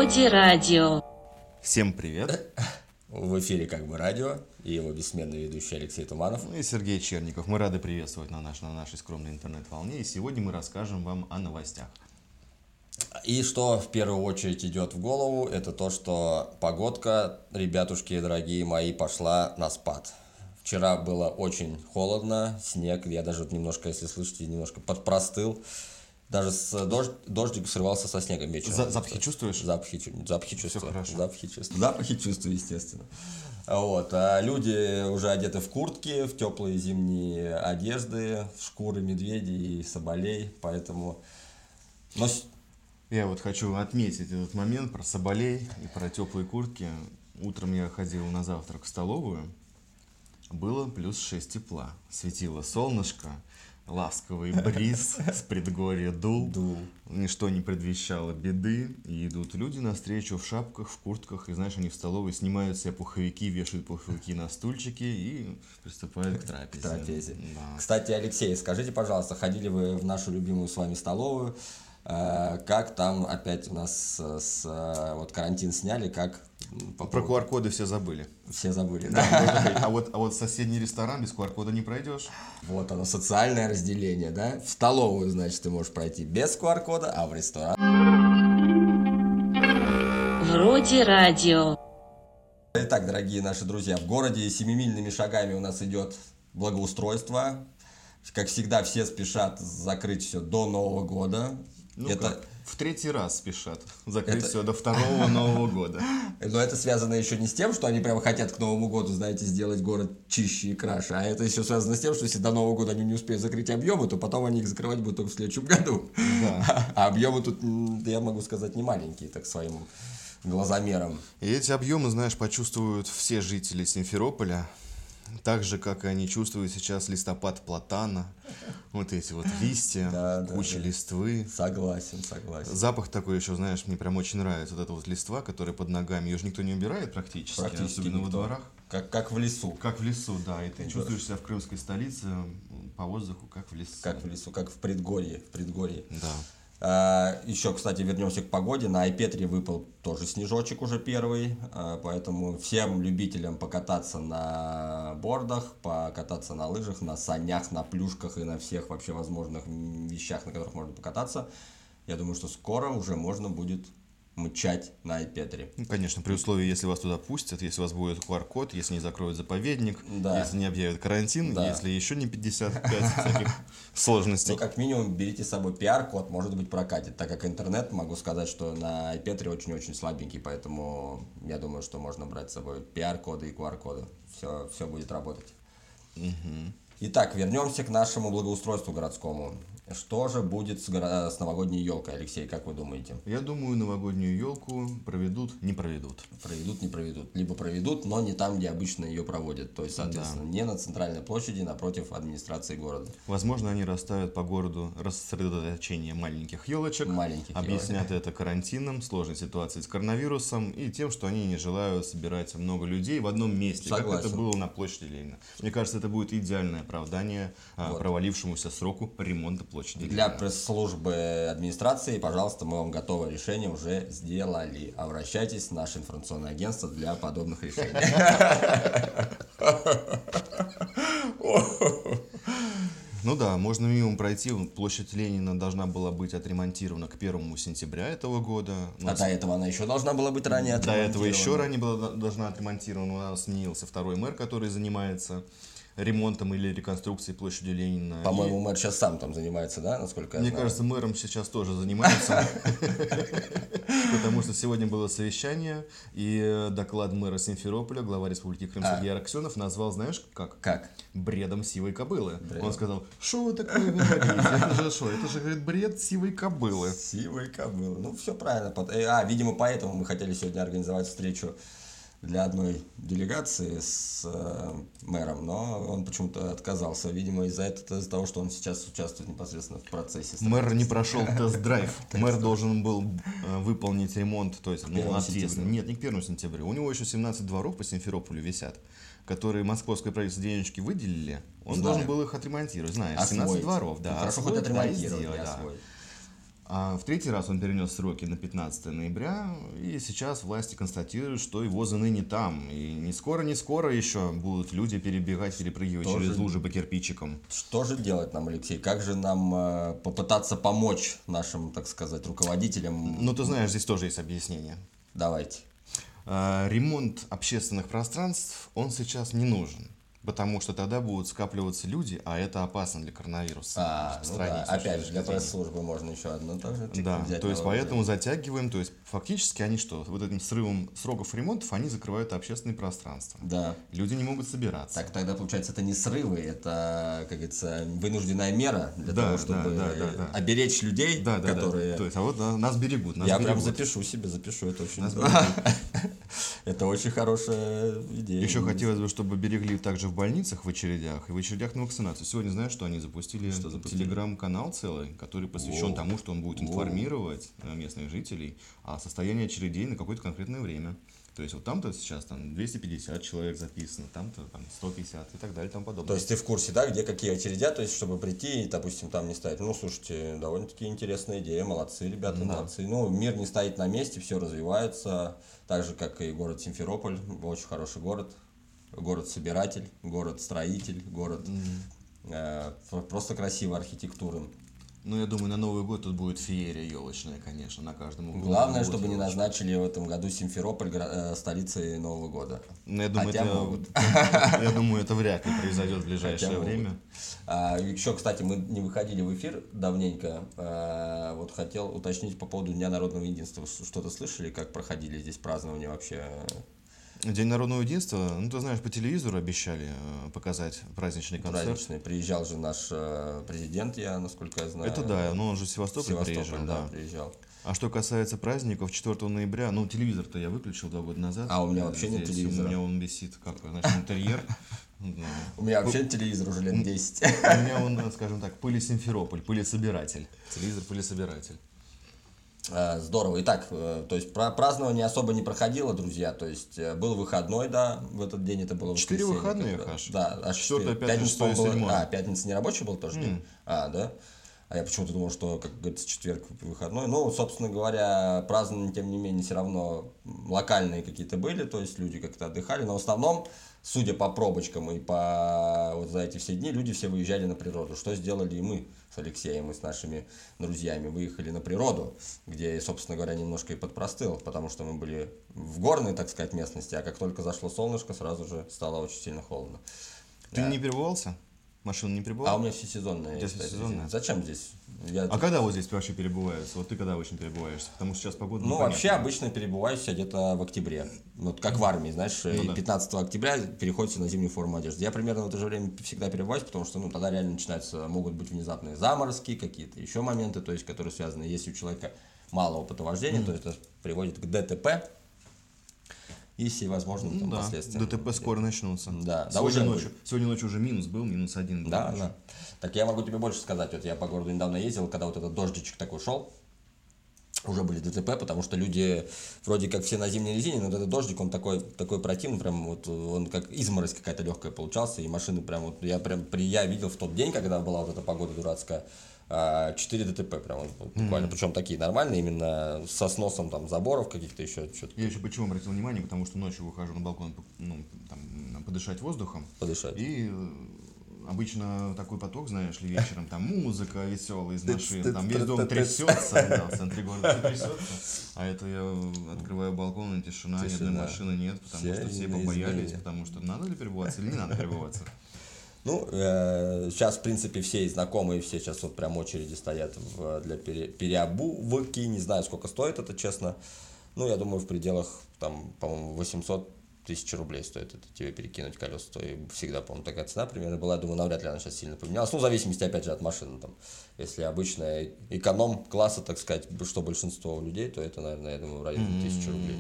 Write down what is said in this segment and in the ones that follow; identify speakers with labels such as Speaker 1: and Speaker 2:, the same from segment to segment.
Speaker 1: Вроде радио.
Speaker 2: Всем привет.
Speaker 3: В эфире «Как бы радио» и его бессменный ведущий Алексей Туманов.
Speaker 2: И Сергей Черников. Мы рады приветствовать на нашей скромной интернет-волне. И сегодня мы расскажем вам о новостях.
Speaker 3: И что в первую очередь идет в голову, это то, что погодка, ребятушки дорогие мои, пошла на спад. Вчера было очень холодно, снег, я даже немножко, если слышите, немножко подпростыл. Даже дождик срывался со снегом вечером.
Speaker 2: Запахи чувствуешь?
Speaker 3: Запахи чувствую.
Speaker 2: Все хорошо.
Speaker 3: Запахи чувствую, естественно. Вот. А люди уже одеты в куртки, в теплые зимние одежды, в шкуры медведей и соболей, поэтому...
Speaker 2: Я вот хочу отметить этот момент про соболей и про теплые куртки. Утром я ходил на завтрак в столовую. Было плюс 6 тепла. Светило солнышко, ласковый бриз с предгорья дул. Ничто не предвещало беды. И идут люди навстречу в шапках, в куртках. И знаешь, они в столовой снимают себе пуховики, вешают пуховики на стульчики и приступают к трапезе.
Speaker 3: Да. Кстати, Алексей, скажите, пожалуйста, ходили вы в нашу любимую с вами столовую? Как там опять у нас вот карантин сняли, как...
Speaker 2: Про QR-коды все забыли.
Speaker 3: Все забыли,
Speaker 2: да. А вот соседний ресторан без QR-кода не пройдешь.
Speaker 3: Вот оно, социальное разделение, да? В столовую, значит, ты можешь пройти без QR-кода, а в ресторан...
Speaker 1: Вроде радио.
Speaker 3: Итак, дорогие наши друзья, в городе семимильными шагами у нас идет благоустройство. Как всегда, все спешат закрыть все до Нового года.
Speaker 2: В третий раз спешат закрыть все до второго Нового года.
Speaker 3: Но это связано еще не с тем, что они прямо хотят к Новому году, знаете, сделать город чище и краше, а это еще связано с тем, что если до Нового года они не успеют закрыть объемы, то потом они их закрывать будут только в следующем году. Да. А объемы тут, я могу сказать, не маленькие, так своим глазомером.
Speaker 2: И эти объемы, знаешь, почувствуют все жители Симферополя. Так же, как и они чувствуют сейчас листопад платана, вот эти вот листья, куча листвы.
Speaker 3: Согласен.
Speaker 2: Запах такой еще, знаешь, мне прям очень нравится. Вот эта вот листва, которая под ногами, ее же никто не убирает практически особенно во дворах.
Speaker 3: Как в лесу.
Speaker 2: Как в лесу, да. И ты чувствуешь себя в крымской столице по воздуху, как в лесу.
Speaker 3: Как в лесу, как в предгорье.
Speaker 2: Да.
Speaker 3: Еще, кстати, вернемся к погоде. На Айпетре выпал тоже снежочек уже первый, поэтому всем любителям покататься на бордах, покататься на лыжах, на санях, на плюшках и на всех вообще возможных вещах, на которых можно покататься, я думаю, что скоро уже можно будет мчать на Айпетре.
Speaker 2: Ну, конечно, при условии, если вас туда пустят, если у вас будет QR-код, если не закроют заповедник, если не объявят карантин, если еще не 55 всяких сложностей.
Speaker 3: Ну, как минимум, берите с собой PR-код, может быть, прокатит, так как интернет, могу сказать, что на Айпетре очень-очень слабенький, поэтому я думаю, что можно брать с собой PR-коды и QR-коды. Все будет работать. Итак, вернемся к нашему благоустройству городскому. Что же будет с новогодней елкой, Алексей, как вы думаете?
Speaker 2: Я думаю, новогоднюю елку проведут, не проведут.
Speaker 3: Не проведут. Либо проведут, но не там, где обычно ее проводят. То есть, соответственно, не на центральной площади, напротив администрации города.
Speaker 2: Возможно, они расставят по городу рассредоточение маленьких елочек. Объяснят это карантином, сложной ситуацией с коронавирусом и тем, что они не желают собирать много людей в одном месте.
Speaker 3: Согласен.
Speaker 2: Как это было на площади Ленина. Мне кажется, это будет идеальное оправдание провалившемуся сроку ремонта площади.
Speaker 3: Для пресс-службы администрации, пожалуйста, мы вам готовое решение уже сделали. Обращайтесь в наше информационное агентство для подобных решений.
Speaker 2: Ну да, можно мимо пройти. Площадь Ленина должна была быть отремонтирована к 1 сентября этого года.
Speaker 3: А до этого она еще должна была быть ранее отремонтирована?
Speaker 2: До этого еще ранее была должна отремонтирована. У нас сменился второй мэр, который занимается ремонтом или реконструкцией площади Ленина.
Speaker 3: По-моему, мэр сейчас сам там занимается, да, насколько я знаю?
Speaker 2: Мне кажется, мэром сейчас тоже занимается, потому что сегодня было совещание, и доклад мэра Симферополя, глава Республики Крым Сергей Аксенов назвал, знаешь, как?
Speaker 3: Как?
Speaker 2: Бредом сивой кобылы. Он сказал, что вы такое говорите? Это же что? Это же, говорит, бред сивой кобылы.
Speaker 3: Сивой кобылы. Ну, все правильно. Видимо, поэтому мы хотели сегодня организовать встречу для одной делегации с мэром, но он почему-то отказался, видимо, из-за того, что он сейчас участвует непосредственно в процессе.
Speaker 2: Мэр не прошел тест-драйв. Мэр должен был выполнить ремонт, то есть, ответственно. Нет, не к 1 сентября. У него еще 17 дворов по Симферополю висят, которые московское правительство денежки выделили. Он должен был их отремонтировать, знаешь, 17 дворов. Да,
Speaker 3: хорошо, хоть отремонтировать,
Speaker 2: А в третий раз он перенес сроки на 15 ноября, и сейчас власти констатируют, что его ВОЗы ныне там. И не скоро еще будут люди перепрыгивать через лужи по кирпичикам.
Speaker 3: Что же делать нам, Алексей? Как же нам попытаться помочь нашим, так сказать, руководителям?
Speaker 2: Ну, ты знаешь, здесь тоже есть объяснение.
Speaker 3: Давайте.
Speaker 2: Ремонт общественных пространств, он сейчас не нужен. Потому что тогда будут скапливаться люди, а это опасно для коронавируса.
Speaker 3: Ну да. Опять же, для пресс-службы можно еще одно тоже.
Speaker 2: Да, то есть поэтому затягиваем. То есть фактически они что? Вот этим срывом сроков ремонтов они закрывают общественные пространства.
Speaker 3: Да.
Speaker 2: Люди не могут собираться.
Speaker 3: Так тогда, получается, это не срывы, это, как говорится, вынужденная мера для того, чтобы оберечь людей, которые...
Speaker 2: То есть, а вот нас берегут.
Speaker 3: Я прям запишу, это очень... Это очень хорошая идея.
Speaker 2: Еще хотелось бы, чтобы берегли также в больницах в очередях и в очередях на вакцинацию. Сегодня знаешь, что они запустили? Телеграм-канал целый, который посвящен тому, что он будет информировать местных жителей о состоянии очередей на какое-то конкретное время. То есть вот там-то сейчас 250 человек записано, там-то 150 и так далее и тому подобное.
Speaker 3: То есть ты в курсе, да, где какие очередя, то есть чтобы прийти и, допустим, там не стоять. Ну, слушайте, довольно-таки интересная идея, молодцы, ребята, молодцы. Ну, мир не стоит на месте, все развивается, так же, как и город Симферополь, очень хороший город. Город-собиратель, город-строитель, город просто красивая архитектура.
Speaker 2: Ну, я думаю, на Новый год тут будет феерия елочная, конечно, на каждом углу.
Speaker 3: Главное, чтобы не назначили в этом году Симферополь столицей Нового года.
Speaker 2: Ну, я думаю, я думаю, это вряд ли произойдет в ближайшее время.
Speaker 3: Еще, кстати, мы не выходили в эфир давненько. Вот хотел уточнить по поводу Дня народного единства. Что-то слышали, как проходили здесь празднования вообще?
Speaker 2: День народного единства, ну, ты знаешь, по телевизору обещали показать праздничный концерт.
Speaker 3: Праздничный. Приезжал же наш президент, насколько я знаю.
Speaker 2: Это да, но он же в Севастополь приезжал.
Speaker 3: Да, приезжал.
Speaker 2: А что касается праздников 4 ноября, ну, телевизор-то я выключил 2 года назад.
Speaker 3: А у меня вообще нет телевизора.
Speaker 2: У меня он висит, значит, интерьер.
Speaker 3: У меня вообще телевизор уже лет 10.
Speaker 2: У меня он, скажем так, пыли-Симферополь, пыли-собиратель. Телевизор пыли-собиратель.
Speaker 3: Здорово. Итак, то есть празднование особо не проходило, друзья. То есть был выходной, да, в этот день это было
Speaker 2: 4 выходные, Хаш.
Speaker 3: Да, аж 4.
Speaker 2: Пятница, 6 и 7.
Speaker 3: Пятница не рабочий был тоже день? Да? А я почему-то думал, что, как говорится, четверг выходной. Ну, собственно говоря, празднования, тем не менее, все равно локальные какие-то были, то есть люди как-то отдыхали, но в основном, судя по пробочкам и по вот за эти все дни, люди все выезжали на природу. Что сделали и мы с Алексеем и с нашими друзьями? Выехали на природу, где, собственно говоря, немножко и подпростыл, потому что мы были в горной, так сказать, местности, а как только зашло солнышко, сразу же стало очень сильно холодно.
Speaker 2: Ты не перебывался? Машина не перебывала?
Speaker 3: А у меня все сезонные. Зачем здесь?
Speaker 2: А когда вот здесь вообще перебываются? Вот ты когда очень перебываешься? Потому что сейчас погода
Speaker 3: непонятная. Вообще обычно перебываюсь где-то в октябре. Вот как в армии, знаешь, 15 октября переходите на зимнюю форму одежды. Я примерно в это же время всегда перебываюсь, потому что тогда реально начинаются, могут быть внезапные заморозки, какие-то еще моменты, то есть, которые связаны, если у человека мало опыта вождения, то это приводит к ДТП. И всевозможным последствиям.
Speaker 2: ДТП скоро начнутся.
Speaker 3: Да,
Speaker 2: сегодня ночью уже минус был, -1.
Speaker 3: Да. Так я могу тебе больше сказать. Вот я по городу недавно ездил, когда вот этот дождичек такой шел, уже были ДТП, потому что люди вроде как все на зимней резине, но вот этот дождик, он такой противный, прям вот он как изморозь какая-то легкая получался, и машины прям вот, я видел в тот день, когда была вот эта погода дурацкая, 4 ДТП прям вот, буквально, причем такие нормальные, именно со сносом там заборов каких-то еще. Что-то.
Speaker 2: Я еще почему обратил внимание, потому что ночью выхожу на балкон подышать воздухом. И обычно такой поток, знаешь ли, вечером там музыка веселая из машин, там весь дом трясется, в центре города все трясется. А это я открываю балкон, и тишина, ни одной машины нет, потому что все побоялись, потому что надо ли перебываться или не надо перебываться.
Speaker 3: Ну, сейчас, в принципе, все и знакомые, все сейчас вот прям очереди стоят для переобувки, не знаю, сколько стоит это, честно. Ну, я думаю, в пределах, там, по-моему, 800 тысяч рублей стоит это тебе перекинуть колеса. То и всегда, по-моему, такая цена примерно была. Я думаю, навряд ли она сейчас сильно поменялась. Ну, в зависимости, опять же, от машины. Там, если обычная эконом-класса, так сказать, что большинство людей, то это, наверное, я думаю, в районе 1000 рублей.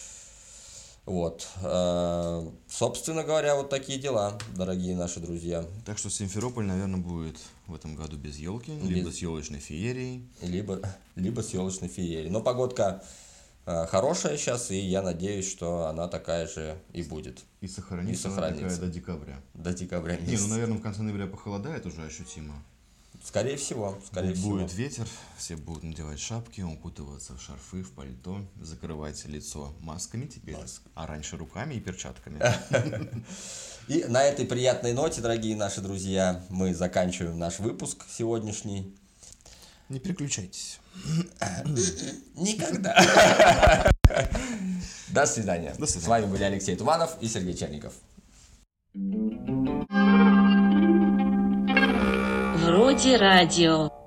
Speaker 3: Вот. Собственно говоря, вот такие дела, дорогие наши друзья.
Speaker 2: Так что Симферополь, наверное, будет в этом году без елки, либо с елочной феерией.
Speaker 3: Либо с елочной феерией. Но погодка хорошая сейчас, и я надеюсь, что она такая же и будет.
Speaker 2: И сохранится. Такая до декабря.
Speaker 3: До декабря.
Speaker 2: Не, наверное, в конце ноября похолодает уже ощутимо.
Speaker 3: Скорее всего, скорее всего.
Speaker 2: Будет ветер, все будут надевать шапки, укутываться в шарфы, в пальто, закрывать лицо масками теперь, а раньше руками и перчатками.
Speaker 3: И на этой приятной ноте, дорогие наши друзья, мы заканчиваем наш выпуск сегодняшний.
Speaker 2: Не переключайтесь.
Speaker 3: Никогда. До свидания.
Speaker 2: До свидания.
Speaker 3: С вами были Алексей Туманов и Сергей Черников.
Speaker 1: Вроде радио.